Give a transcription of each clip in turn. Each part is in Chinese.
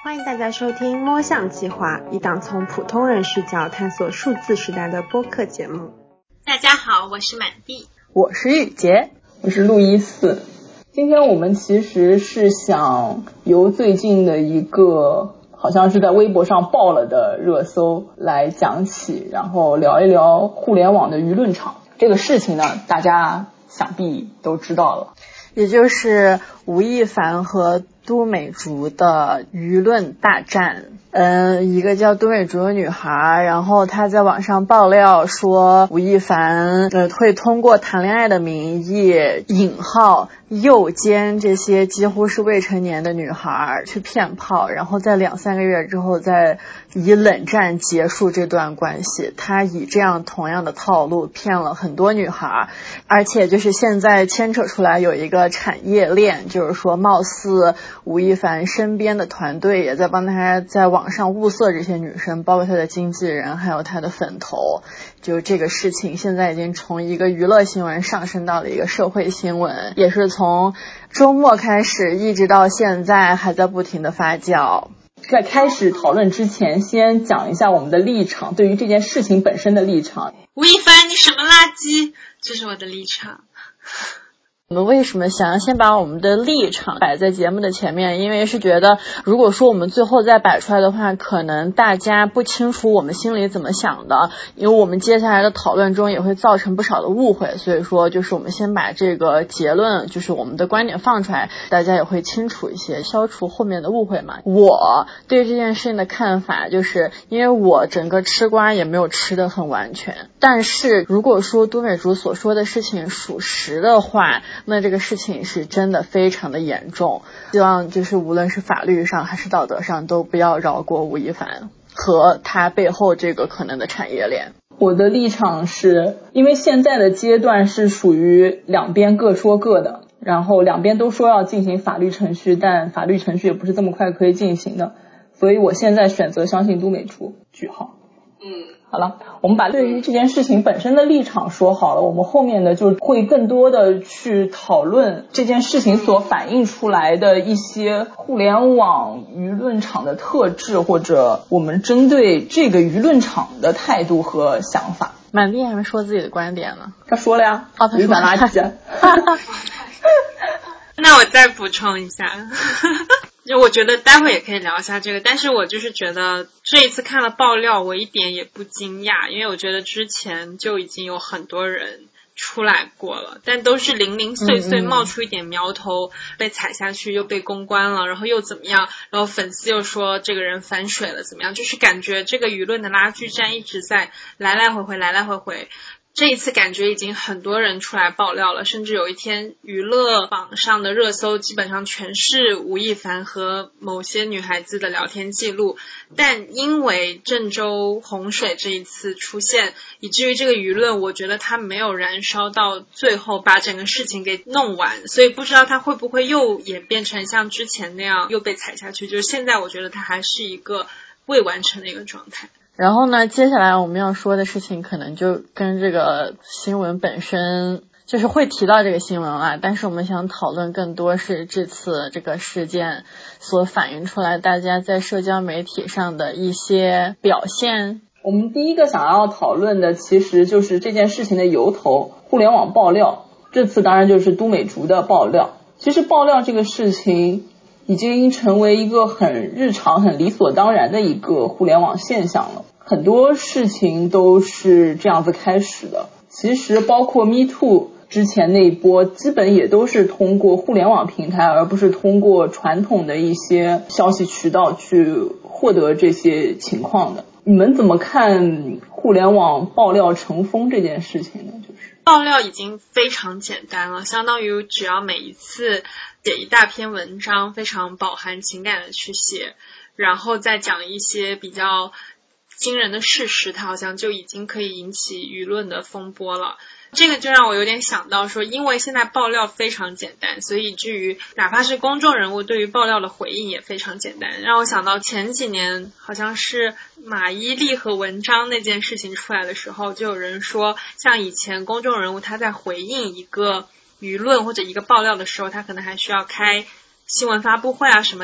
欢迎大家收听摸象计划，一档从普通人视角探索数字时代的播客节目。 大家好，我是满地， 我是雨洁， 我是路易斯。今天我们其实是想由最近的一个好像是在微博上爆了的热搜来讲起，然后聊一聊互联网的舆论场。这个事情呢，大家想必都知道了， 也就是吴亦凡和都美竹的舆论大战。一个叫都美竹的女孩，然后她在网上爆料说吴亦凡会通过谈恋爱的名义引号诱奸这些几乎是未成年的女孩去骗炮，然后在2-3个月之后再以冷战结束这段关系。他以这样同样的套路骗了很多女孩，而且就是现在牵扯出来有一个产业链，就是说貌似吴亦凡身边的团队也在帮他在网上物色这些女生，包括他的经纪人还有他的粉头。就这个事情现在已经从一个娱乐新闻上升到了一个社会新闻，也是从周末开始一直到现在还在不停的发酵。 在开始讨论之前，先讲一下我们的立场，对于这件事情本身的立场。 吴亦凡，你什么垃圾？这是我的立场。 我们为什么想要先把我们的立场摆在节目的前面？因为是觉得如果说我们最后再摆出来的话，可能大家不清楚我们心里怎么想的，因为我们接下来的讨论中也会造成不少的误会，所以说就是我们先把这个结论，就是我们的观点放出来，大家也会清楚一些，消除后面的误会嘛。我对这件事情的看法就是，因为我整个吃瓜也没有吃得很完全，但是如果说都美竹所说的事情属实的话，那这个事情是真的非常的严重，希望就是无论是法律上还是道德上都不要饶过吴亦凡和他背后这个可能的产业链。 我的立场是，因为现在的阶段是属于两边各说各的，然后两边都说要进行法律程序，但法律程序也不是这么快可以进行的，所以我现在选择相信都美竹。句号。好了，我们把对于这件事情本身的立场说好了，我们后面的就会更多的去讨论这件事情所反映出来的一些互联网舆论场的特质，或者我们针对这个舆论场的态度和想法。 满地还没说自己的观点呢。 他说了呀， 他说了垃圾。 那我再补充一下。就我觉得待会也可以聊一下这个，但是我就是觉得这一次看了爆料我一点也不惊讶，因为我觉得之前就已经有很多人出来过了，但都是零零碎碎冒出一点苗头，被踩下去又被公关了，然后又怎么样，然后粉丝又说这个人反水了怎么样，就是感觉这个舆论的拉锯战一直在来来回回。这一次感觉已经很多人出来爆料了，甚至有一天娱乐榜上的热搜基本上全是吴亦凡和某些女孩子的聊天记录，但因为郑州洪水这一次出现，以至于这个舆论我觉得它没有燃烧到最后把整个事情给弄完，所以不知道它会不会又演变成像之前那样又被踩下去，就是现在我觉得它还是一个未完成的一个状态。 然后呢，接下来我们要说的事情可能就跟这个新闻本身就是会提到这个新闻啊，但是我们想讨论更多是这次这个事件所反映出来大家在社交媒体上的一些表现。 我们第一个想要讨论的其实就是这件事情的由头，互联网爆料，这次当然就是都美竹的爆料。其实爆料这个事情已经成为一个很日常很理所当然的一个互联网现象了，很多事情都是这样子开始的。其实包括 Me Too 之前那一波基本也都是通过互联网平台，而不是通过传统的一些消息渠道去获得这些情况的。你们怎么看互联网爆料成风这件事情呢？就是爆料已经非常简单了，相当于只要每一次写一大篇文章，非常饱含情感的去写，然后再讲一些比较惊人的事实，它好像就已经可以引起舆论的风波了。这个就让我有点想到说，因为现在爆料非常简单，所以以至于哪怕是公众人物对于爆料的回应也非常简单，让我想到前几年好像是马伊琍和文章那件事情出来的时候，就有人说像以前公众人物他在回应一个舆论或者一个爆料的时候，他可能还需要开新闻发布会啊什么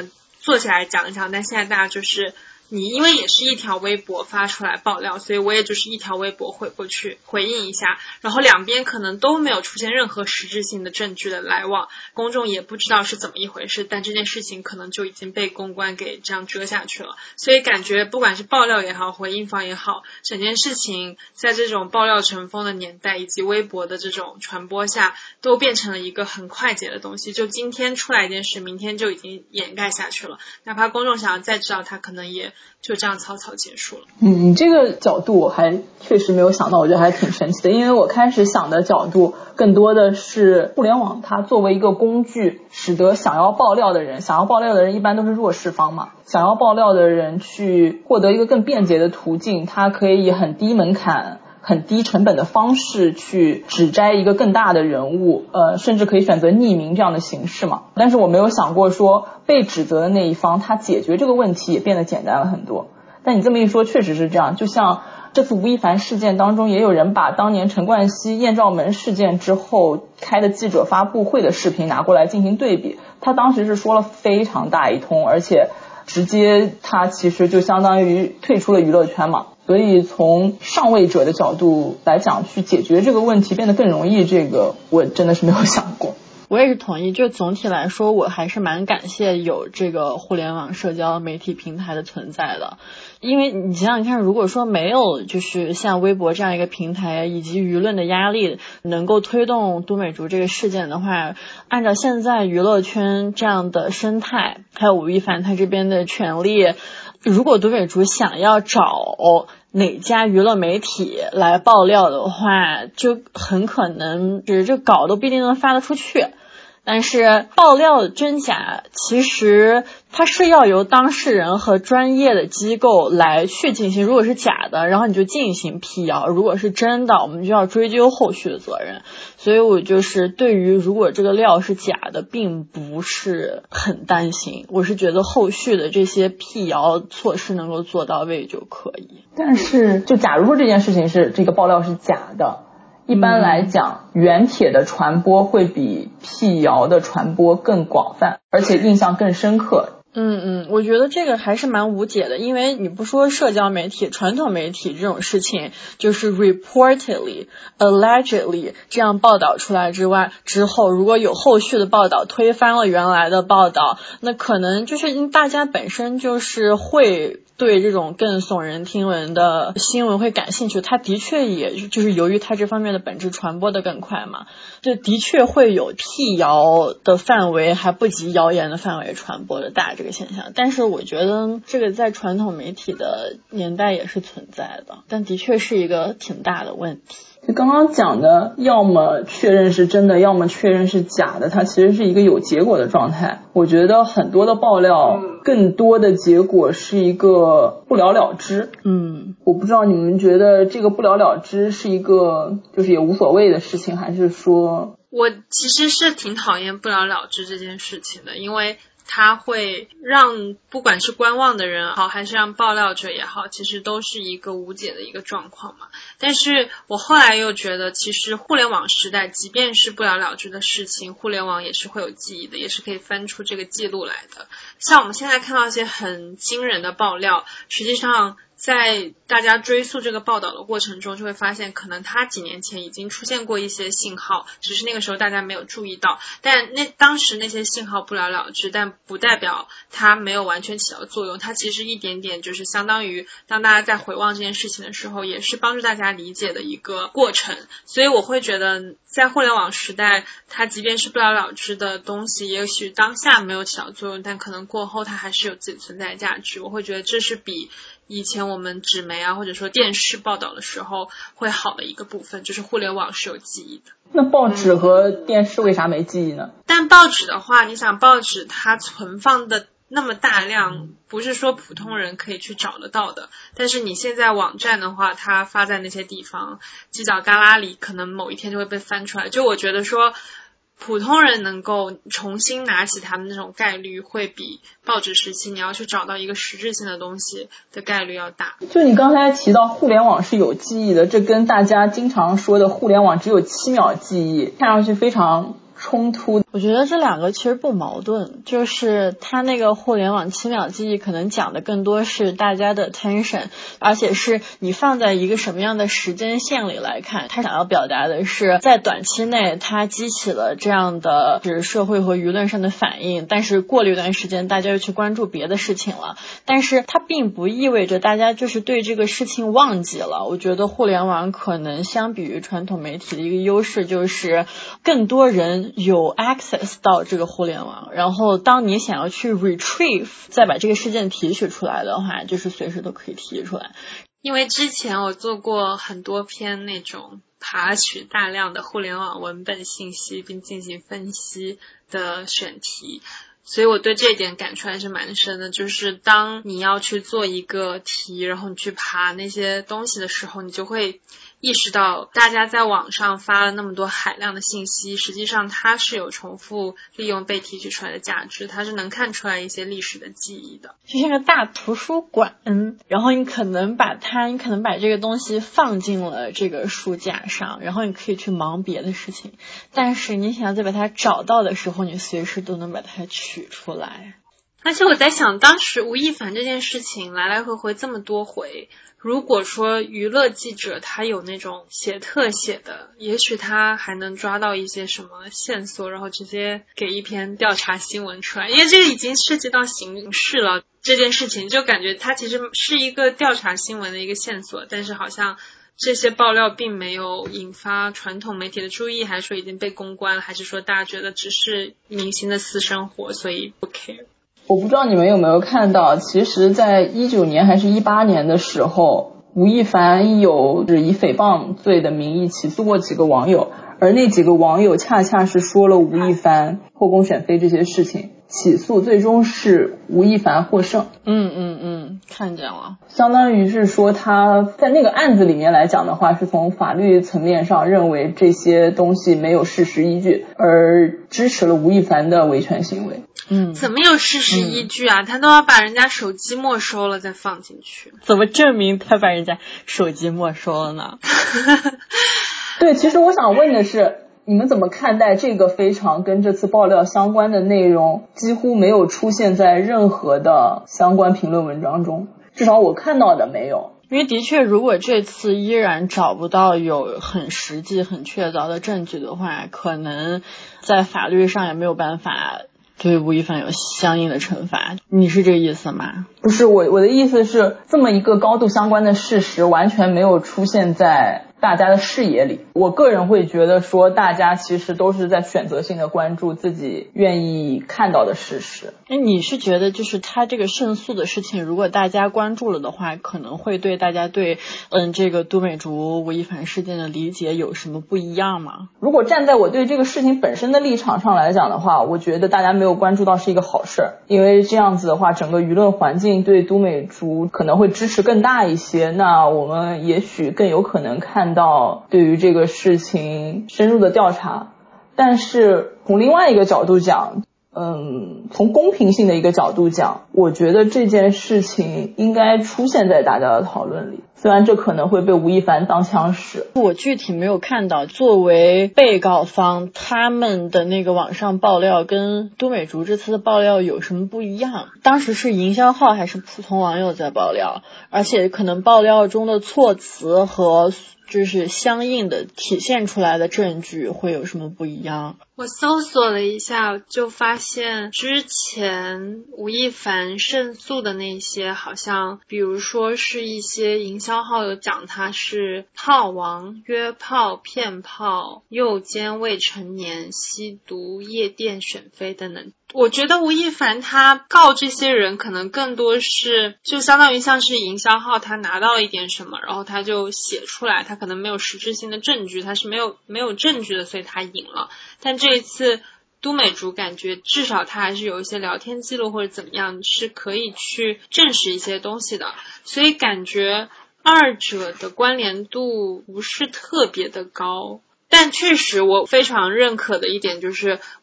坐下来讲一讲，但现在大家就是你因为也是一条微博发出来爆料，所以我也就是一条微博回过去回应一下，然后两边可能都没有出现任何实质性的证据的来往，公众也不知道是怎么一回事，但这件事情可能就已经被公关给这样遮下去了。所以感觉不管是爆料也好，回应方也好，整件事情在这种爆料成风的年代以及微博的这种传播下，都变成了一个很快捷的东西，就今天出来一件事，明天就已经掩盖下去了，哪怕公众想要再知道，它可能也就这样草草结束了。 你这个角度我还确实没有想到，我觉得还挺神奇的，因为我开始想的角度更多的是互联网它作为一个工具，使得想要爆料的人一般都是弱势方嘛，想要爆料的人去获得一个更便捷的途径，他可以以很低门槛很低成本的方式去指摘一个更大的人物，甚至可以选择匿名这样的形式嘛。但是我没有想过说被指责的那一方他解决这个问题也变得简单了很多。但你这么一说确实是这样，就像这次吴亦凡事件当中，也有人把当年陈冠希艳照门事件之后开的记者发布会的视频拿过来进行对比，他当时是说了非常大一通，而且直接他其实就相当于退出了娱乐圈嘛。所以从上位者的角度来讲，去解决这个问题变得更容易，这个我真的是没有想过。 我也是同意，就总体来说我还是蛮感谢有这个互联网社交媒体平台的存在的。因为你想想看，如果说没有就是像微博这样一个平台以及舆论的压力能够推动都美竹这个事件的话，按照现在娱乐圈这样的生态，还有吴亦凡他这边的权利，如果都美竹想要找哪家娱乐媒体来爆料的话，就很可能就是这稿都不一定能发得出去。但是爆料真假其实它是要由当事人和专业的机构来去进行，如果是假的，然后你就进行辟谣，如果是真的，我们就要追究后续的责任。所以我就是对于如果这个料是假的并不是很担心，我是觉得后续的这些辟谣措施能够做到位就可以。 但是就假如说这件事情是这个爆料是假的，一般来讲原帖的传播会比辟谣的传播更广泛，而且印象更深刻。 我觉得这个还是蛮无解的，因为你不说社交媒体、传统媒体这种事情，就是 reportedly allegedly 这样报道出来之后，如果有后续的报道推翻了原来的报道，那可能就是大家本身就是会对这种更耸人听闻的新闻会感兴趣，它的确也就是由于它这方面的本质传播的更快嘛，这的确会有辟谣的范围还不及谣言的范围传播的大这个现象。但是我觉得这个在传统媒体的年代也是存在的，但的确是一个挺大的问题。 就刚刚讲的要么确认是真的，要么确认是假的，它其实是一个有结果的状态。我觉得很多的爆料更多的结果是一个不了了之。我不知道你们觉得这个不了了之是一个就是也无所谓的事情，还是说我其实是挺讨厌不了了之这件事情的，因为它会让不管是观望的人好还是让爆料者也好，其实都是一个无解的一个状况嘛。但是我后来又觉得其实互联网时代即便是不了了之的事情，互联网也是会有记忆的，也是可以翻出这个记录来的。像我们现在看到一些很惊人的爆料，实际上在大家追溯这个报道的过程中，就会发现可能它几年前已经出现过一些信号，只是那个时候大家没有注意到，但当时那些信号不了了之，但不代表它没有完全起到作用，它其实一点点就是相当于当大家在回望这件事情的时候，也是帮助大家理解的一个过程。所以我会觉得在互联网时代，它即便是不了了之的东西，也许当下没有起到作用，但可能过后它还是有自己存在的价值。我会觉得这是比以前我们纸媒啊或者说电视报道的时候会好的一个部分，就是互联网是有记忆的。 那报纸和电视为啥没记忆呢？ 但报纸的话，你想报纸它存放的那么大量，不是说普通人可以去找得到的，但是你现在网站的话，它发在那些地方犄角旮旯里，可能某一天就会被翻出来。就我觉得说普通人能够重新拿起它的那种概率会比报纸时期你要去找到一个实质性的东西的概率要大。 就你刚才提到互联网是有记忆的，这跟大家经常说的互联网只有7秒记忆看上去非常冲突。 我觉得这两个其实不矛盾，就是他那个互联网7秒记忆可能讲的更多是大家的 attention， 而且是你放在一个什么样的时间线里来看，他想要表达的是在短期内他激起了这样的就是社会和舆论上的反应，但是过了一段时间大家又去关注别的事情了，但是它并不意味着大家就是对这个事情忘记了。我觉得互联网可能相比于传统媒体的一个优势就是更多人有 access 到这个互联网，然后当你想要去 retrieve 再把这个事件提取出来的话，就是随时都可以提出来。 因为之前我做过很多篇那种爬取大量的互联网文本信息并进行分析的选题，所以我对这一点感触还是蛮深的，就是当你要去做一个题，然后你去爬那些东西的时候，你就会意识到大家在网上发了那么多海量的信息，实际上它是有重复利用被提取出来的价值，它是能看出来一些历史的记忆的。 就像个大图书馆，然后你可能把这个东西放进了这个书架上，然后你可以去忙别的事情，但是你想要再把它找到的时候，你随时都能把它取出来。 而且我在想，当时吴亦凡这件事情来来回回这么多回，如果说娱乐记者他有那种写特写的，也许他还能抓到一些什么线索，然后直接给一篇调查新闻出来，因为这个已经涉及到刑事了，这件事情就感觉它其实是一个调查新闻的一个线索，但是好像这些爆料并没有引发传统媒体的注意，还是说已经被公关了，还是说大家觉得只是明星的私生活，所以不 care。 我不知道你们有没有看到，其实在19年还是18年的时候，吴亦凡有以诽谤罪的名义起诉过几个网友，而那几个网友恰恰是说了吴亦凡后宫选妃这些事情，起诉最终是吴亦凡获胜。 看见了。 相当于是说他在那个案子里面来讲的话，是从法律层面上认为这些东西没有事实依据，而支持了吴亦凡的维权行为。 怎么有事实依据啊？他都要把人家手机没收了再放进去， 怎么证明他把人家手机没收了呢？ 对，其实我想问的是，你们怎么看待这个非常跟这次爆料相关的内容几乎没有出现在任何的相关评论文章中，至少我看到的没有。 因为的确如果这次依然找不到有很实际很确凿的证据的话，可能在法律上也没有办法对吴亦凡有相应的惩罚。你是这个意思吗？ 不是，我的意思是这么一个高度相关的事实完全没有出现在大家的视野里。我个人会觉得说，大家其实都是在选择性的关注自己愿意看到的事实。 你是觉得就是他这个胜诉的事情，如果大家关注了的话，可能会对大家对这个都美竹吴亦凡事件的理解有什么不一样吗？ 如果站在我对这个事情本身的立场上来讲的话，我觉得大家没有关注到是一个好事，因为这样子的话，整个舆论环境对都美竹可能会支持更大一些，那我们也许更有可能看到对于这个事情深入的调查。但是从另外一个角度讲，从公平性的一个角度讲，我觉得这件事情应该出现在大家的讨论里，虽然这可能会被吴亦凡当枪使。 我具体没有看到作为被告方他们的那个网上爆料跟都美竹这次的爆料有什么不一样，当时是营销号还是普通网友在爆料，而且可能爆料中的措辞和就是相应的体现出来的证据会有什么不一样。 我搜索了一下，就发现之前吴亦凡胜诉的那些，好像比如说是一些营销号有讲他是炮王、约炮、骗炮、诱奸未成年、吸毒、夜店选妃等等。我觉得吴亦凡他告这些人可能更多是就相当于像是营销号他拿到了一点什么，然后他就写出来，他可能没有实质性的证据，他是没有证据的，所以他赢了。但这一次都美竹感觉至少他还是有一些聊天记录或者怎么样是可以去证实一些东西的，所以感觉二者的关联度不是特别的高。但确实我非常认可的一点就是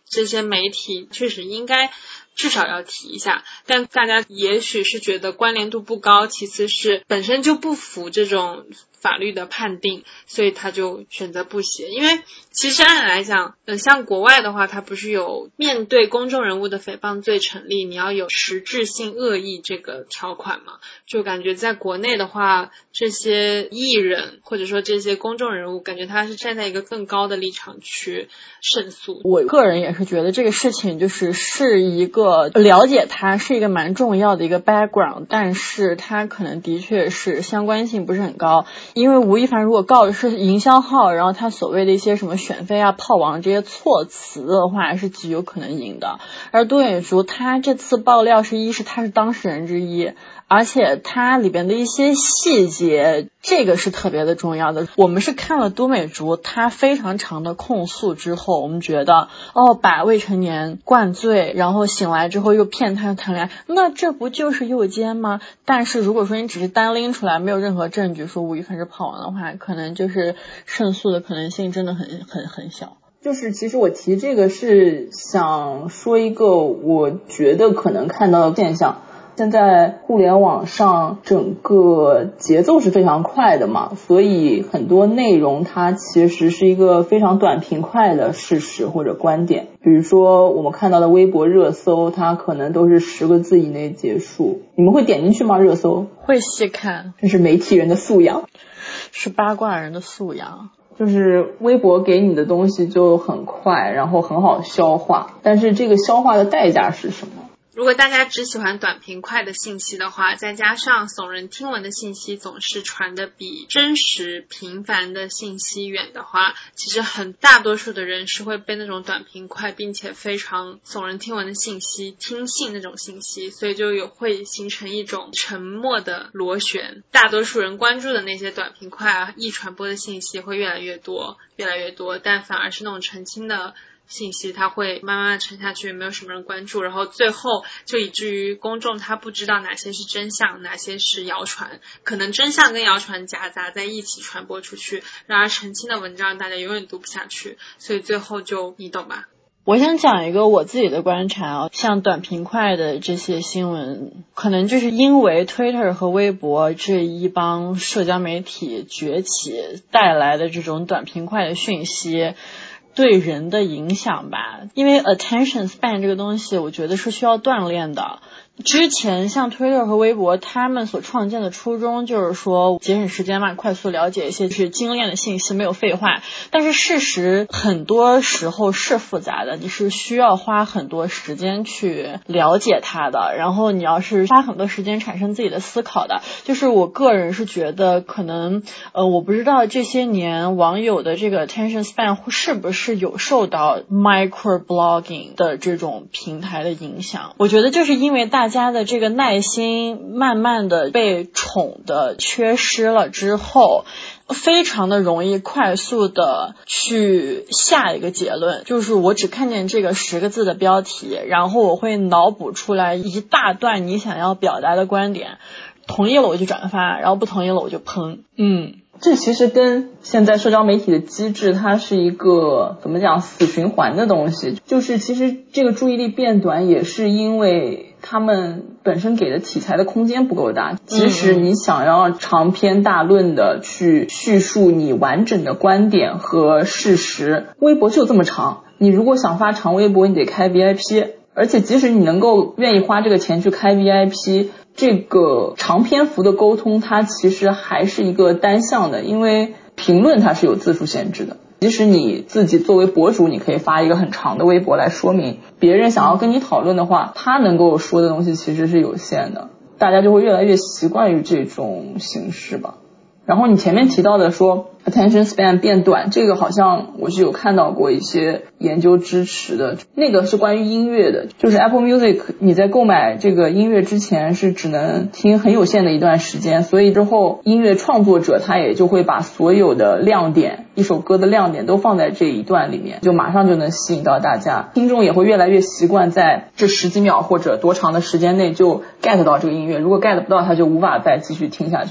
这些媒体确实应该至少要提一下，但大家也许是觉得关联度不高，其次是本身就不服这种法律的判定，所以他就选择不写。因为其实按来讲，像国外的话，它不是有面对公众人物的诽谤罪成立，你要有实质性恶意这个条款嘛？就感觉在国内的话，这些艺人或者说这些公众人物，感觉他是站在一个更高的立场去胜诉。 我个人也是觉得这个事情是一个了解它是一个蛮重要的一个 background， 但是它可能的确是相关性不是很高。因为吴亦凡如果告的是营销号，然后他所谓的一些什么选妃啊、炮王这些措辞的话，是极有可能赢的。而都美竹他这次爆料是他是当事人之一，而且它里边的一些细节，这个是特别的重要的。我们是看了都美竹她非常长的控诉之后，我们觉得把未成年灌醉，然后醒来之后又骗他谈恋爱，那这不就是诱奸吗？但是如果说你只是单拎出来，没有任何证据说吴亦凡是炮王的话，可能就是胜诉的可能性真的很小。 就是其实我提这个是想说一个我觉得可能看到的现象。现在互联网上整个节奏是非常快的嘛，所以很多内容它其实是一个非常短平快的事实或者观点。比如说我们看到的微博热搜，它可能都是10个字以内结束。你们会点进去吗？热搜会细看， 这是媒体人的素养， 是八卦人的素养。 就是微博给你的东西就很快，然后很好消化，但是这个消化的代价是什么？ 如果大家只喜欢短平快的信息的话，再加上耸人听闻的信息总是传的比真实平凡的信息远的话，其实大多数的人是会被那种短平快并且非常耸人听闻的信息听信那种信息，所以就会形成一种沉默的螺旋。大多数人关注的那些短平快啊易传播的信息会越来越多，但反而是那种澄清的信息它会慢慢沉下去，没有什么人关注，然后最后就以至于公众他不知道哪些是真相，哪些是谣传，可能真相跟谣传夹杂在一起传播出去，然而澄清的文章大家永远读不下去，所以最后就你懂吧。 我想讲一个我自己的观察啊，像短平快的这些新闻，可能就是因为 Twitter 和微博这一帮社交媒体崛起带来的这种短平快的讯息对人的影响吧。因为 attention span 这个东西我觉得是需要锻炼的。之前像 Twitter 和微博他们所创建的初衷就是说节省时间嘛，快速了解一些就是精炼的信息，没有废话。但是事实很多时候是复杂的，你是需要花很多时间去了解它的，然后你要是花很多时间产生自己的思考的。就是我个人是觉得可能我不知道这些年网友的这个 attention span 是不是有受到 microblogging 的这种平台的影响。我觉得就是因为大家的这个耐心慢慢的被宠的缺失了之后，非常的容易快速的去下一个结论，就是我只看见这个10个字的标题，然后我会脑补出来一大段你想要表达的观点，同意了我就转发，然后不同意了我就喷。 这其实跟现在社交媒体的机制它是一个怎么讲死循环的东西，就是其实这个注意力变短也是因为他们本身给的题材的空间不够大。即使你想要长篇大论的去叙述你完整的观点和事实，微博就这么长，你如果想发长微博你得开 VIP， 而且即使你能够愿意花这个钱去开 VIP，这个长篇幅的沟通它其实还是一个单向的，因为评论它是有字数限制的。即使你自己作为博主，你可以发一个很长的微博来说明，别人想要跟你讨论的话，他能够说的东西其实是有限的，大家就会越来越习惯于这种形式吧。然后你前面提到的说 attention span 变短，这个好像我是有看到过一些研究支持的，那个是关于音乐的，就是 Apple Music 你在购买这个音乐之前是只能听很有限的一段时间，所以之后音乐创作者他也就会把所有的亮点，一首歌的亮点都放在这一段里面，就马上就能吸引到大家，听众也会越来越习惯在这10几秒或者多长的时间内就 get 到这个音乐，如果 get 不到他就无法再继续听下去。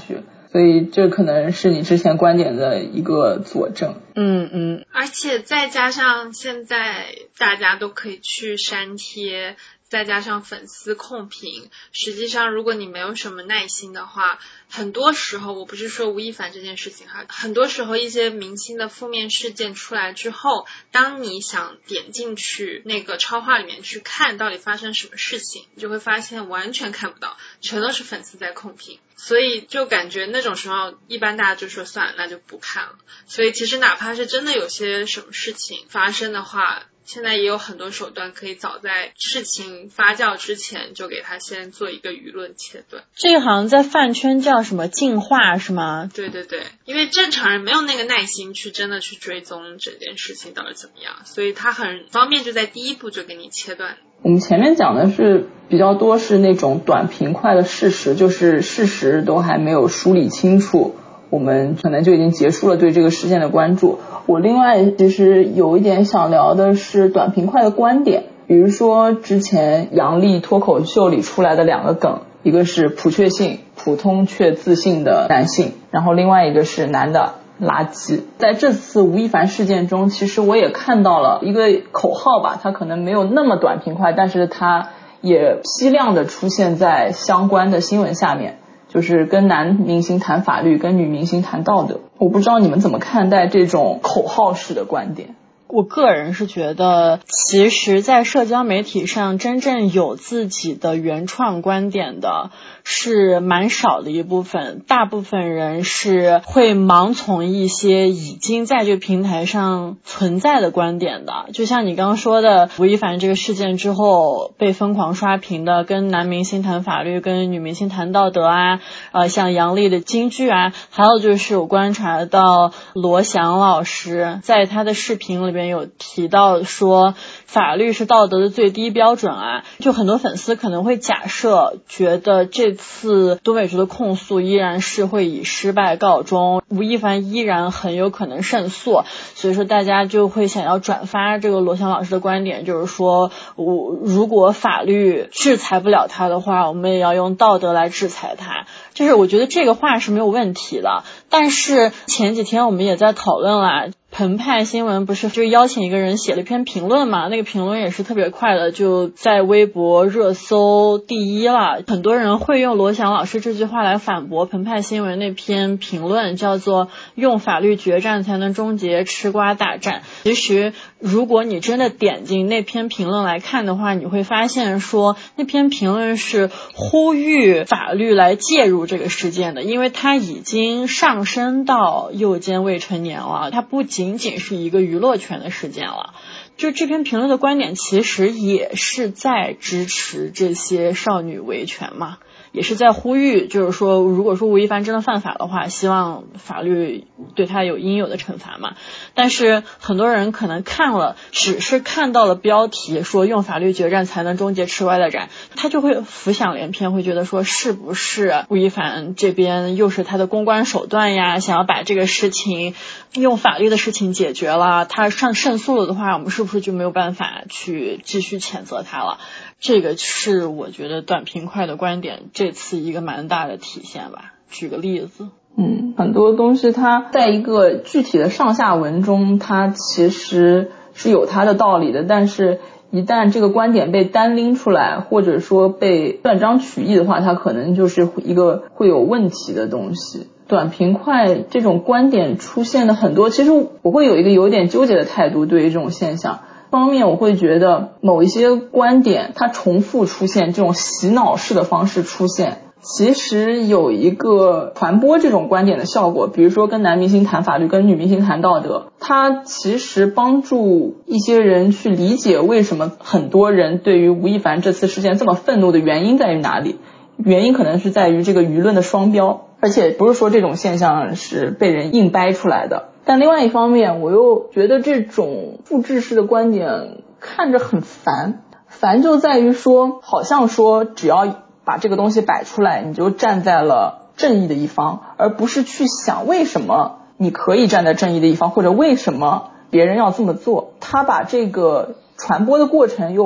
所以这可能是你之前观点的一个佐证。 而且再加上现在大家都可以去删帖，再加上粉丝控评，实际上如果你没有什么耐心的话，很多时候，我不是说吴亦凡这件事情哈，很多时候一些明星的负面事件出来之后，当你想点进去那个超话里面去看到底发生什么事情，你就会发现完全看不到，全都是粉丝在控评，所以就感觉那种时候一般大家就说算了，那就不看了。所以其实哪怕是真的有些什么事情发生的话，现在也有很多手段可以早在事情发酵之前就给他先做一个舆论切断。 这个好像在饭圈叫什么净化是吗？ 对对对，因为正常人没有那个耐心去真的去追踪整件事情到底怎么样，所以他很方便就在第一步就给你切断。 我们前面讲的是比较多是那种短平快的事实，就是事实都还没有梳理清楚，我们可能就已经结束了对这个事件的关注。我另外其实有一点想聊的是短平快的观点，比如说之前杨笠脱口秀里出来的2个梗，一个是普确信，普通却自信的男性，然后另外一个是男的垃圾。在这次吴亦凡事件中，其实我也看到了一个口号吧，它可能没有那么短平快，但是它也批量的出现在相关的新闻下面，就是跟男明星谈法律，跟女明星谈道德。我不知道你们怎么看待这种口号式的观点。 我个人是觉得，其实在社交媒体上真正有自己的原创观点的是蛮少的一部分，大部分人是会盲从一些已经在这个平台上存在的观点的。就像你刚刚说的，吴亦凡这个事件之后被疯狂刷屏的跟男明星谈法律，跟女明星谈道德啊，像杨笠的金句啊，还有就是我观察到罗翔老师在他的视频里边有提到说法律是道德的最低标准啊，就很多粉丝可能会假设觉得这次都美竹的控诉依然是会以失败告终，吴亦凡依然很有可能胜诉，所以说大家就会想要转发这个罗翔老师的观点，就是说如果法律制裁不了他的话，我们也要用道德来制裁他。就是我觉得这个话是没有问题的，但是前几天我们也在讨论啦，澎湃新闻不是就邀请一个人写了一篇评论嘛，那个评论也是特别快的，就在微博热搜第1了。很多人会用罗翔老师这句话来反驳澎湃新闻那篇评论，叫做用法律决战才能终结吃瓜大战。其实如果你真的点进那篇评论来看的话，你会发现说那篇评论是呼吁法律来介入这个事件的，因为它已经上升到诱奸未成年了，它不仅仅是一个娱乐圈的事件了。就这篇评论的观点其实也是在支持这些少女维权嘛，也是在呼吁，就是说如果说吴亦凡真的犯法的话，希望法律对他有应有的惩罚嘛。但是很多人可能只是看到了标题说用法律决战才能终结吃瓜大战，他就会浮想联翩，会觉得说是不是吴亦凡这边又是他的公关手段呀，想要把这个事情用法律的事情解决了，他胜诉了的话，我们是不是就没有办法去继续谴责他了。这个是我觉得短平快的观点这次一个蛮大的体现吧。举个例子， 很多东西它在一个具体的上下文中，它其实是有它的道理的，但是一旦这个观点被单拎出来，或者说被断章取义的话，它可能就是一个会有问题的东西。短平快这种观点出现的很多，其实我会有一个有点纠结的态度对于这种现象。方面我会觉得某一些观点它重复出现，这种洗脑式的方式出现，其实有一个传播这种观点的效果。比如说跟男明星谈法律，跟女明星谈道德，它其实帮助一些人去理解为什么很多人对于吴亦凡这次事件这么愤怒的原因在于哪里。原因可能是在于这个舆论的双标，而且不是说这种现象是被人硬掰出来的。但另外一方面，我又觉得这种复制式的观点看着很烦就在于说，好像说只要把这个东西摆出来，你就站在了正义的一方，而不是去想为什么你可以站在正义的一方，或者为什么别人要这么做。他把这个传播的过程又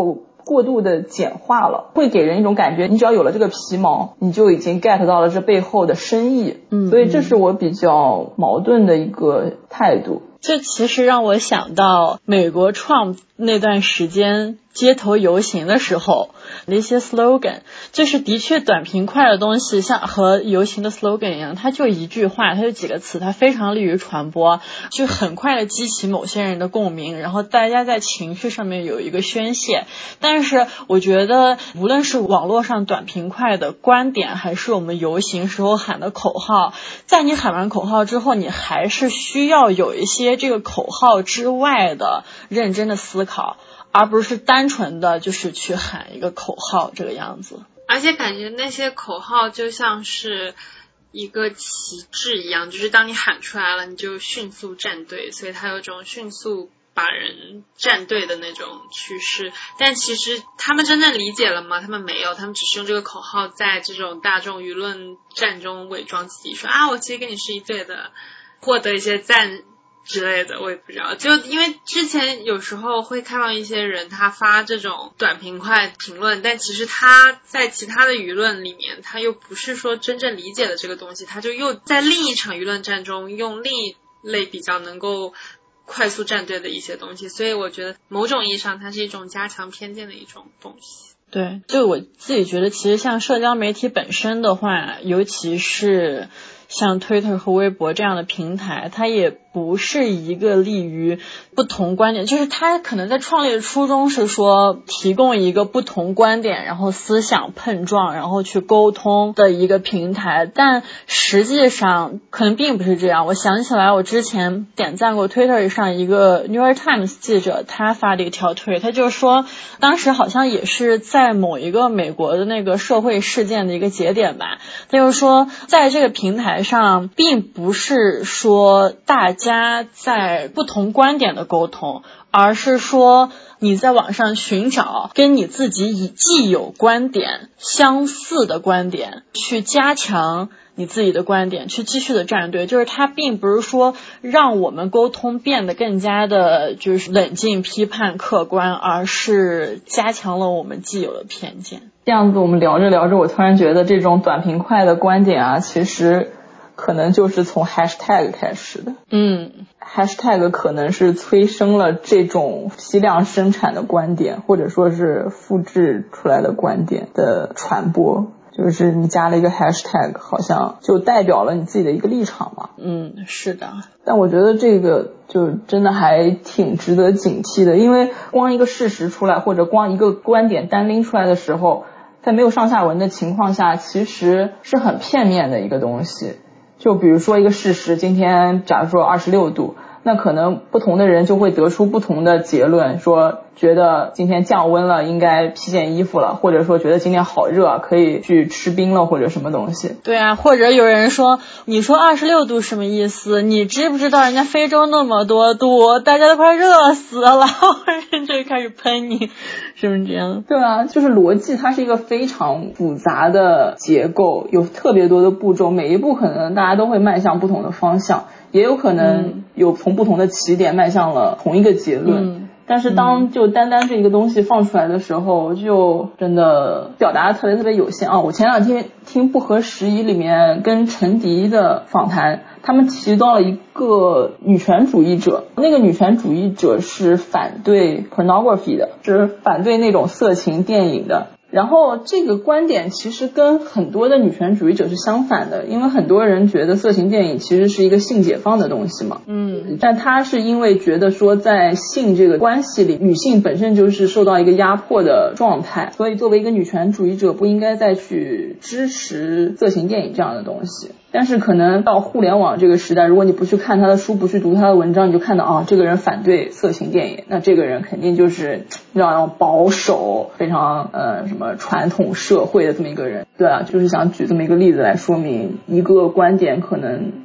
过度的简化了，会给人一种感觉，你只要有了这个皮毛，你就已经 get 到了这背后的深意。所以这是我比较矛盾的一个态度。 这其实让我想到美国 Trump 那段时间街头游行的时候的一些 slogan， 就是的确短平快的东西像和游行的 slogan 一样，它就一句话，它就几个词，它非常利于传播，就很快的激起某些人的共鸣，然后大家在情绪上面有一个宣泄。但是我觉得无论是网络上短平快的观点，还是我们游行时候喊的口号，在你喊完口号之后，你还是需要有一些这个口号之外的认真的思考，而不是单纯的就是去喊一个口号这个样子。 而且感觉那些口号就像是一个旗帜一样，就是当你喊出来了，你就迅速站队，所以它有种迅速把人站队的那种趋势。但其实他们真正理解了吗？他们没有，他们只是用这个口号在这种大众舆论战中伪装自己，说啊，我其实跟你是一队的，获得一些赞之类的，我也不知道。就因为之前有时候会看到一些人他发这种短平快评论，但其实他在其他的舆论里面他又不是说真正理解了这个东西，他就又在另一场舆论战中用另一类比较能够快速站队的一些东西，所以我觉得某种意义上它是一种加强偏见的一种东西。 对，就我自己觉得其实像社交媒体本身的话，尤其是像 Twitter 和微博这样的平台，它也不是一个利于不同观点，就是它可能在创立的初衷是说提供一个不同观点，然后思想碰撞，然后去沟通的一个平台，但实际上可能并不是这样。我想起来我之前点赞过 Twitter 上一个 New York Times 记者他发的一条推，他就说当时好像也是在某一个美国的那个社会事件的一个节点吧，他就说在这个平台上并不是说大家在不同观点的沟通，而是说你在网上寻找跟你自己既有观点相似的观点，去加强你自己的观点，去继续的站队。就是它并不是说让我们沟通变得更加的就是冷静批判客观，而是加强了我们既有的偏见。 这样子我们聊着聊着，我突然觉得这种短平快的观点啊，其实可能就是从 hashtag 开始的。hashtag 可能是催生了这种批量生产的观点，或者说是复制出来的观点的传播，就是你加了一个 hashtag 好像就代表了你自己的一个立场嘛。 是的。 但我觉得这个就真的还挺值得警惕的，因为光一个事实出来，或者光一个观点单拎出来的时候，在没有上下文的情况下，其实是很片面的一个东西。就比如说一个事实，今天假如说26度，那可能不同的人就会得出不同的结论，说觉得今天降温了应该披件衣服了，或者说觉得今天好热可以去吃冰了，或者什么东西。 对啊，或者有人说你说26度什么意思，你知不知道人家非洲那么多度，大家都快热死了，人就开始喷你，是不是这样？ 对啊，就是逻辑它是一个非常复杂的结构，有特别多的步骤，每一步可能大家都会迈向不同的方向，也有可能有从不同的起点迈向了同一个结论。但是当就单单这一个东西放出来的时候，就真的表达的特别有限啊！我前两天听不合时宜里面跟陈迪的访谈，他们提到了一个女权主义者，那个女权主义者是反对 pornography 的，就是反对那种色情电影的。然后这个观点其实跟很多的女权主义者是相反的，因为很多人觉得色情电影其实是一个性解放的东西嘛。但他是因为觉得说在性这个关系里，女性本身就是受到一个压迫的状态，所以作为一个女权主义者不应该再去支持色情电影这样的东西。但是可能到互联网这个时代，如果你不去看他的书，不去读他的文章，你就看到这个人反对色情电影，那这个人肯定就是那种保守非常什么传统社会的这么一个人。对啊，就是想举这么一个例子来说明一个观点可能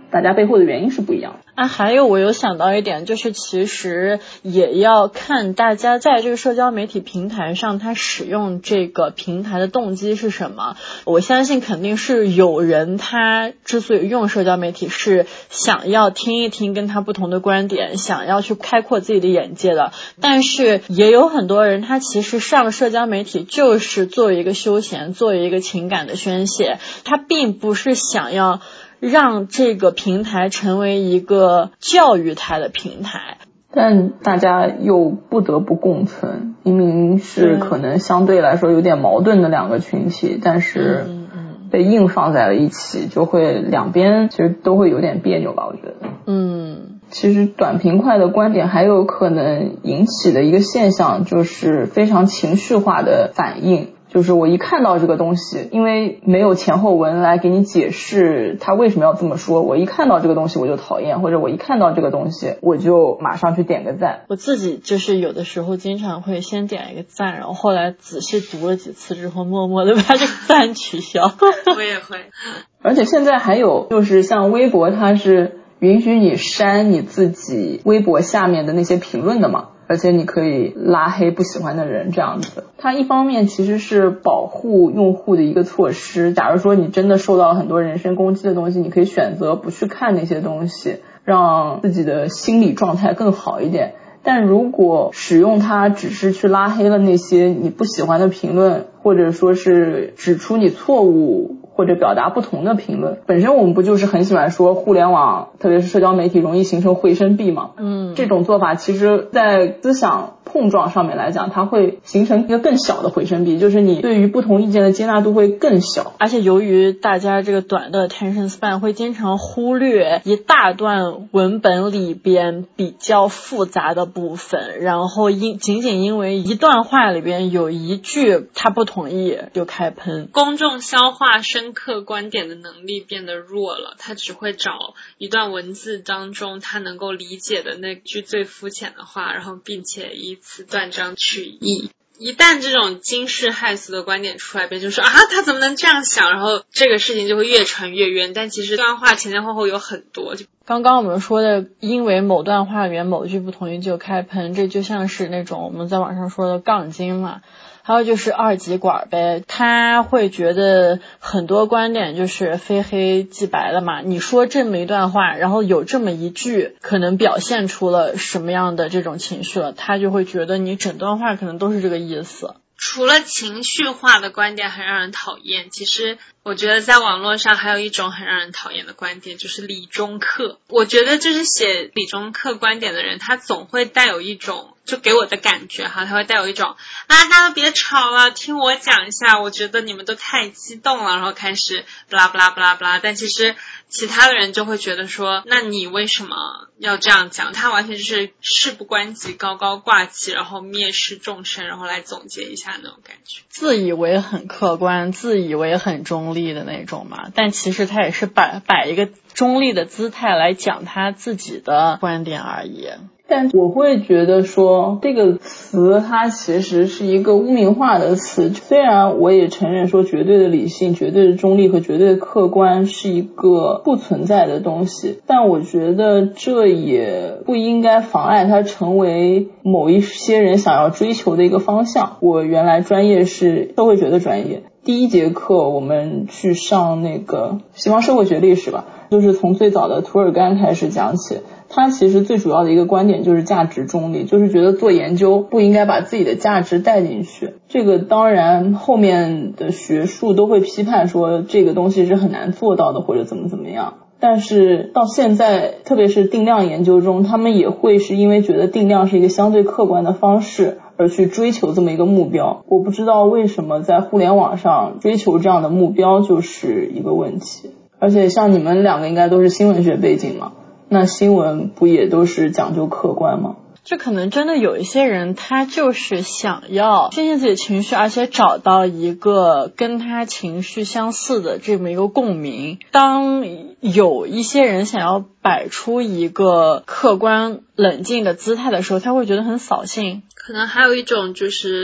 大家背后的原因是不一样的。 还有我有想到一点，就是其实也要看大家在这个社交媒体平台上他使用这个平台的动机是什么。我相信肯定是有人他之所以用社交媒体是想要听一听跟他不同的观点，想要去开阔自己的眼界的，但是也有很多人他其实上社交媒体就是作为一个休闲，作为一个情感的宣泄，他并不是想要让这个平台成为一个教育他的平台。 但大家又不得不共存，明明是可能相对来说有点矛盾的两个群体，但是被硬放在了一起，就会两边其实都会有点别扭吧，我觉得。其实短平快的观点还有可能引起的一个现象，就是非常情绪化的反应。就是我一看到这个东西，因为没有前后文来给你解释他为什么要这么说，我一看到这个东西我就讨厌，或者我一看到这个东西我就马上去点个赞。 我自己就是有的时候经常会先点一个赞，然后后来仔细读了几次之后默默的把这个赞取消。 我也会。 而且现在还有就是像微博，它是允许你删你自己微博下面的那些评论的嘛，而且你可以拉黑不喜欢的人这样子。它一方面其实是保护用户的一个措施，假如说你真的受到了很多人身攻击的东西，你可以选择不去看那些东西，让自己的心理状态更好一点。但如果使用它只是去拉黑了那些你不喜欢的评论，或者说是指出你错误或者表达不同的评论，本身我们不就是很喜欢说互联网特别是社交媒体容易形成回声壁嘛？这种做法其实在思想碰撞上面来讲，它会形成一个更小的回声壁，就是你对于不同意见的接纳度会更小。 而且由于大家这个短的 attention span 会经常忽略一大段文本里边比较复杂的部分，然后仅仅因为一段话里边有一句他不同意就开喷， 公众消化深刻观点的能力变得弱了，他只会找一段文字当中他能够理解的那句最肤浅的话，然后并且以此断章取义。一旦这种惊世骇俗的观点出来，别人就说他怎么能这样想，然后这个事情就会越传越远。但其实这段话前前后后有很多， 刚刚我们说的因为某段话里面某句不同意就开喷，这就像是那种我们在网上说的杠精嘛。还有就是二极管呗，他会觉得很多观点就是非黑即白了嘛，你说这么一段话，然后有这么一句可能表现出了什么样的这种情绪了，他就会觉得你整段话可能都是这个意思。 除了情绪化的观点很让人讨厌，其实我觉得在网络上还有一种很让人讨厌的观点，就是理中客。我觉得就是写理中客观点的人，他总会带有一种，就给我的感觉他会带有一种大家都别吵了，听我讲一下，我觉得你们都太激动了，然后开始不啦不啦不啦不啦。但其实其他的人就会觉得说，那你为什么要这样讲？他完全就是事不关己，高高挂起，然后蔑视众生，然后来总结一下那种感觉， 自以为很客观，自以为很中立的那种嘛。但其实他也是摆一个中立的姿态来讲他自己的观点而已。 但我会觉得说这个词它其实是一个污名化的词，虽然我也承认说绝对的理性、绝对的中立和绝对的客观是一个不存在的东西，但我觉得这也不应该妨碍它成为某一些人想要追求的一个方向。我原来专业是社会学的专业，第一节课我们去上那个西方社会学历史吧，就是从最早的涂尔干开始讲起。他其实最主要的一个观点就是价值中立，就是觉得做研究不应该把自己的价值带进去。这个当然后面的学术都会批判说这个东西是很难做到的或者怎么样，但是到现在特别是定量研究中，他们也会是因为觉得定量是一个相对客观的方式而去追求这么一个目标。我不知道为什么在互联网上追求这样的目标就是一个问题。而且像你们两个应该都是新闻学背景嘛，那新闻不也都是讲究客观吗？ 这可能真的有一些人他就是想要宣泄自己的情绪，而且找到一个跟他情绪相似的这么一个共鸣。当有一些人想要摆出一个客观冷静的姿态的时候，他会觉得很扫兴。 可能还有一种就是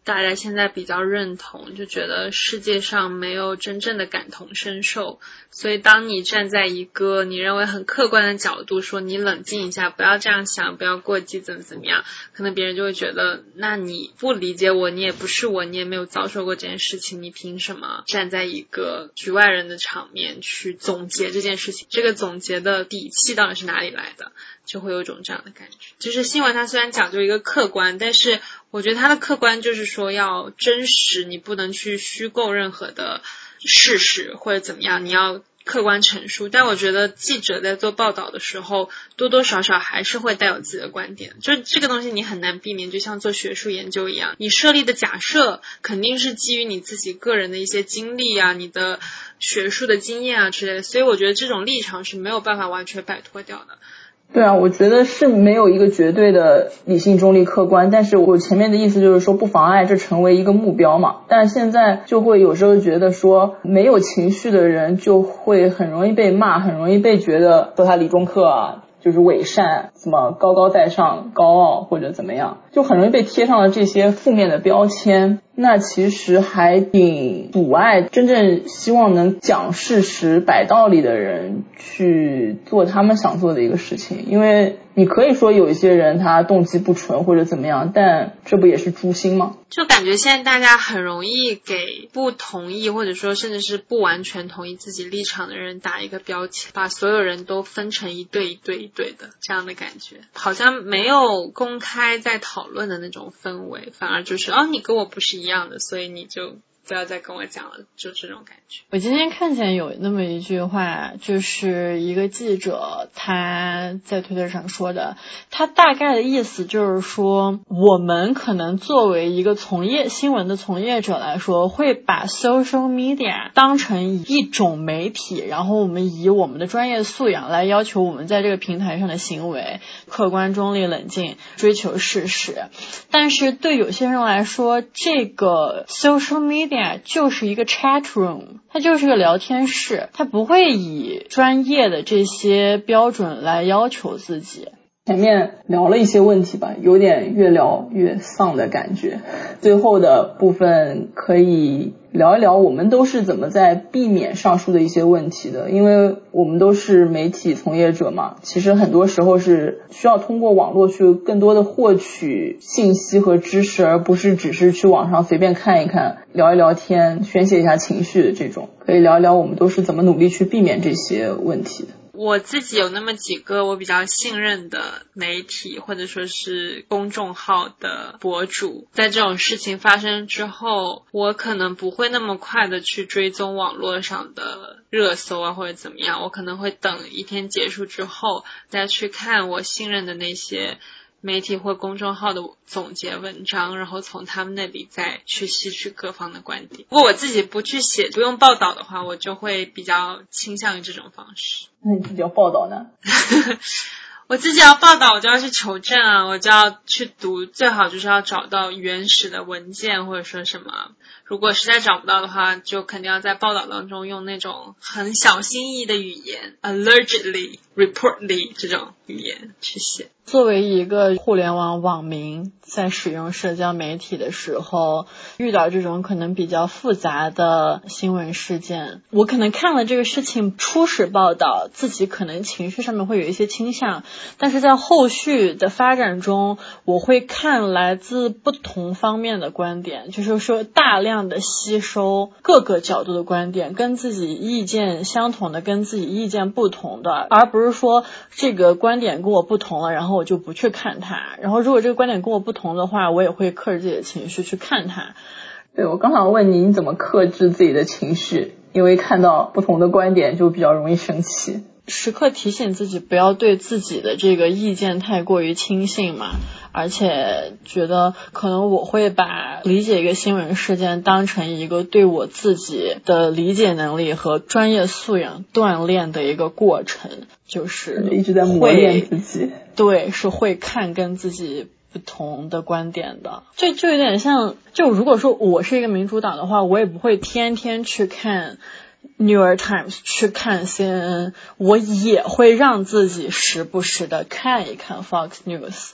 大家现在比较认同，就觉得世界上没有真正的感同身受，所以当你站在一个你认为很客观的角度说你冷静一下，不要这样想，不要过激怎么样，可能别人就会觉得那你不理解我，你也不是我，你也没有遭受过这件事情，你凭什么站在一个局外人的场面去总结这件事情，这个总结的底气到底是哪里来的，就会有一种这样的感觉。就是新闻它虽然讲究一个客观，但是我觉得它的客观就是说要真实，你不能去虚构任何的事实或者怎么样，你要客观陈述。但我觉得记者在做报道的时候多多少少还是会带有自己的观点，就这个东西你很难避免，就像做学术研究一样，你设立的假设肯定是基于你自己个人的一些经历啊，你的学术的经验啊之类的，所以我觉得这种立场是没有办法完全摆脱掉的。 对啊，我觉得是没有一个绝对的理性中立客观，但是我前面的意思就是说不妨碍这成为一个目标嘛。但现在就会有时候觉得说没有情绪的人就会很容易被骂，很容易被觉得说他理中客啊，就是伪善，怎么高高在上，高傲或者怎么样，就很容易被贴上了这些负面的标签。那其实还挺阻碍真正希望能讲事实摆道理的人去做他们想做的一个事情。因为你可以说有一些人他动机不纯或者怎么样，但这不也是诛心吗？ 就感觉现在大家很容易给不同意或者说甚至是不完全同意自己立场的人打一个标签，把所有人都分成一对一对一对的这样的感觉，好像没有公开在讨论的那种氛围，反而就是你跟我不是一样的，所以你就不要再跟我讲了，就这种感觉。 我今天看见有那么一句话，就是一个记者他在推特上说的，他大概的意思就是说，我们可能作为一个新闻的从业者来说，会把 social media 当成一种媒体，然后我们以我们的专业素养来要求我们在这个平台上的行为客观中立冷静，追求事实。但是对有些人来说，这个 social media就是一个 chat room， 它就是个聊天室，它不会以专业的这些标准来要求自己。 前面聊了一些问题吧，有点越聊越丧的感觉。最后的部分可以聊一聊我们都是怎么在避免上述的一些问题的，因为我们都是媒体从业者嘛，其实很多时候是需要通过网络去更多的获取信息和知识，而不是只是去网上随便看一看，聊一聊天，宣泄一下情绪的这种。可以聊一聊我们都是怎么努力去避免这些问题的。 我自己有那么几个我比较信任的媒体或者说是公众号的博主，在这种事情发生之后，我可能不会那么快的去追踪网络上的热搜啊或者怎么样，我可能会等一天结束之后再去看我信任的那些媒体或公众号的总结文章，然后从他们那里再去吸取各方的观点。如果我自己不去写不用报道的话，我就会比较倾向于这种方式。 那你自己要报道呢？ 我自己要报道，我就要去求证啊，我就要去读，最好就是要找到原始的文件或者说什么。如果实在找不到的话，就肯定要在报道当中用那种很小心翼翼的语言 allegedly reportedly 这种语言去写。 作为一个互联网网民，在使用社交媒体的时候，遇到这种可能比较复杂的新闻事件，我可能看了这个事情初始报道，自己可能情绪上面会有一些倾向，但是在后续的发展中，我会看来自不同方面的观点，就是说大量的吸收各个角度的观点，跟自己意见相同的，跟自己意见不同的，而不是说这个观点跟我不同了，然后我就不去看它，然后如果这个观点跟我不同的话，我也会克制自己的情绪去看它。 对，我刚想问你怎么克制自己的情绪，因为看到不同的观点就比较容易生气。 时刻提醒自己不要对自己的这个意见太过于轻信嘛，而且觉得可能我会把理解一个新闻事件当成一个对我自己的理解能力和专业素养锻炼的一个过程，就是一直在磨练自己。 对，是会看跟自己不同的观点的。就有点像，就如果说我是一个民主党的话，我也不会天天去看New York Times 去看 CNN， 我也会让自己时不时的看一看 Fox News，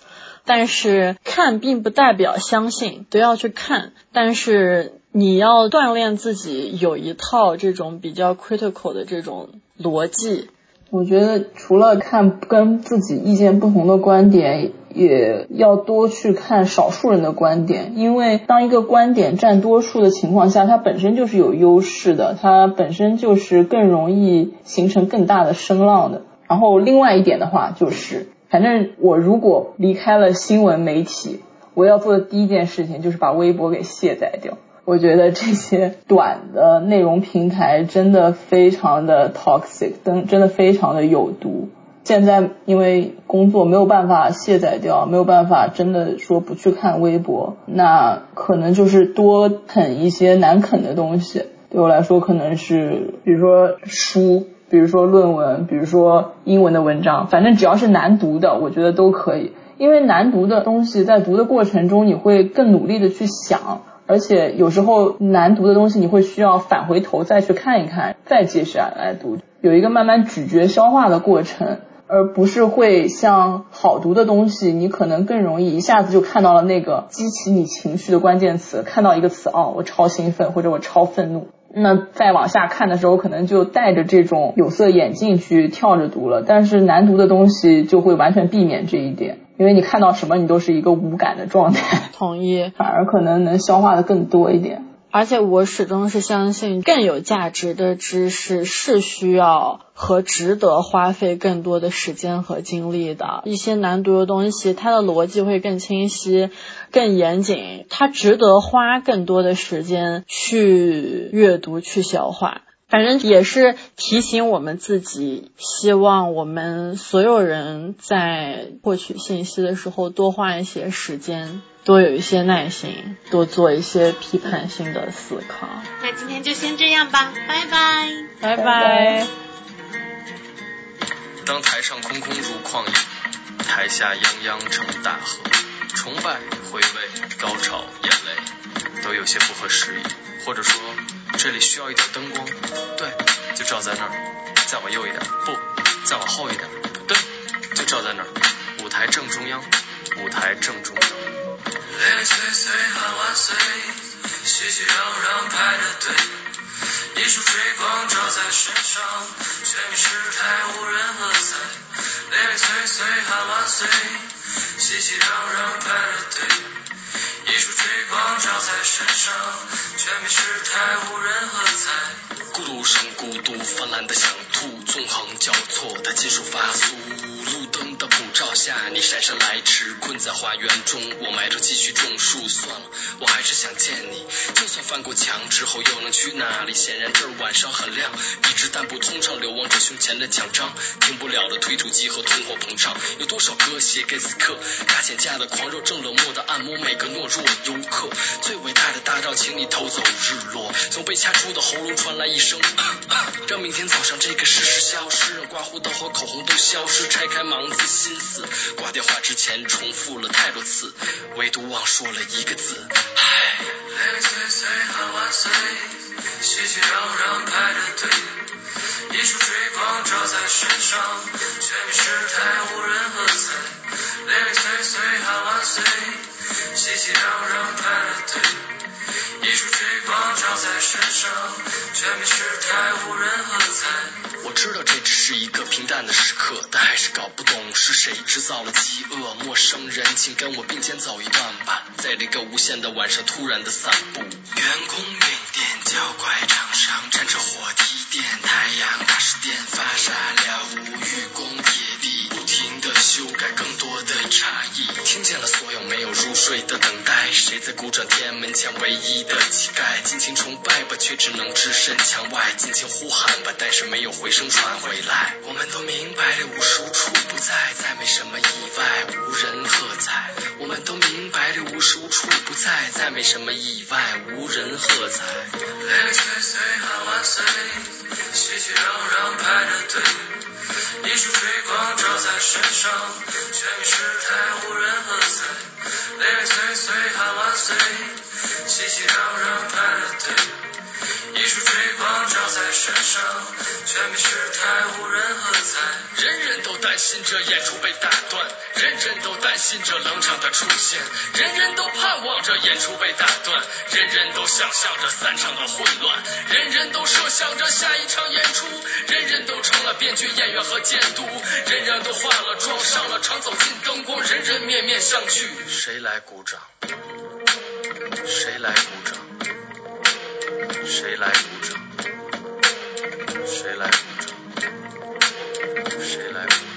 但是看并不代表相信，都要去看，但是你要锻炼自己有一套这种比较 critical 的这种逻辑。 我觉得除了看跟自己意见不同的观点，也要多去看少数人的观点，因为当一个观点占多数的情况下，它本身就是有优势的，它本身就是更容易形成更大的声浪的。然后另外一点的话就是，反正我如果离开了新闻媒体，我要做的第一件事情就是把微博给卸载掉。我觉得这些短的内容平台真的非常的 toxic， 真的非常的有毒。现在因为工作没有办法卸载掉，没有办法真的说不去看微博，那可能就是多啃一些难啃的东西。对我来说可能是比如说书，比如说论文，比如说英文的文章，反正只要是难读的我觉得都可以。因为难读的东西在读的过程中你会更努力的去想，而且有时候难读的东西你会需要返回头再去看一看，再接下来读，有一个慢慢咀嚼消化的过程，而不是会像好读的东西你可能更容易一下子就看到了那个激起你情绪的关键词，看到一个词我超兴奋或者我超愤怒，那再往下看的时候可能就带着这种有色眼镜去跳着读了。但是难读的东西就会完全避免这一点，因为你看到什么你都是一个无感的状态， 同意， 反而可能能消化的更多一点。 而且我始终是相信更有价值的知识是需要和值得花费更多的时间和精力的。一些难读的东西它的逻辑会更清晰更严谨，它值得花更多的时间去阅读去消化。反正也是提醒我们自己，希望我们所有人在获取信息的时候多花一些时间，多有一些耐心，多做一些批判性的思考。 那今天就先这样吧，拜拜， 拜拜。 当台上空空如旷野，台下泱泱成大河，崇拜、回味、高潮、眼泪都有些不合时宜，或者说这里需要一点灯光，对，就照在那儿，再往右一点，不，再往后一点，对，就照在那儿，舞台正中央，舞台正中央。 零零碎碎喊万岁，熙熙攘攘排着队，一束追光照在身上，全民失态无人喝彩。零零碎碎喊万岁，熙熙攘攘排着队，一束追光照在身上，全民失态无人喝彩。 孤独生孤独，泛滥的想吐，纵横交错，它金属发酥，路灯的普照下，你姗姗来迟，困在花园中，我埋头继续种树。算了，我还是想见你，就算翻过墙之后又能去哪里？显然这儿晚上很亮，一直但不通畅，流亡者胸前的奖章，停不了的推土机和通货膨胀，有多少歌写给死磕，大减价的狂热，正冷漠的按摩每个懦弱游客。最伟大的大招，请你偷走日落，从被掐出的喉咙传来一声让明天早上这个事实消失，让刮胡刀和口红都消失，拆开盲字心思，挂电话之前重复了太多次，唯独忘说了一个字，唉。 零零碎碎喊万岁，熙熙攘攘排着队，一束追光照在身上，全民失态无人喝彩。零零碎碎喊万岁，熙熙攘攘排着队，一束追光照在身上，全民失态无人喝彩。 我知道这只是一个平淡的时刻，但还是搞不懂是谁制造了饥饿。陌生人，请跟我并肩走一段吧，在这个无限的晚上突然的散步。 员工运电脚拐杖上站着火梯电，太阳大石电发沙料无愚公铁地，不停地修改更多的差异。 听见了所有没有入睡的等待，谁在鼓掌天安门前唯一的乞丐？尽情崇拜吧，却只能置身墙外；尽情呼喊吧，但是没有回声传回来。 我们都明白这无时无处不在，再没什么意外，无人喝彩。 我们都明白这无时无处不在，再没什么意外，无人喝彩。 零零碎碎喊万岁，熙熙攘攘排着队，一束追光照在身身上，全民失态，无人喝彩，泪泪碎碎喊万岁，熙熙攘攘排了队，一束追光照在身上，全民失态，无人喝彩。 人人都担心着演出被打断，人人都担心着冷场的出现，人人都盼望着演出被打断，人人都想象着散场的混乱，人人都设想着下一场演出，人人都成了编剧、演员和监督，人人都化了妆上了场，走进灯光，人人面面相觑。谁来鼓掌？谁来鼓掌？谁来鼓掌？谁来鼓掌？谁来鼓掌？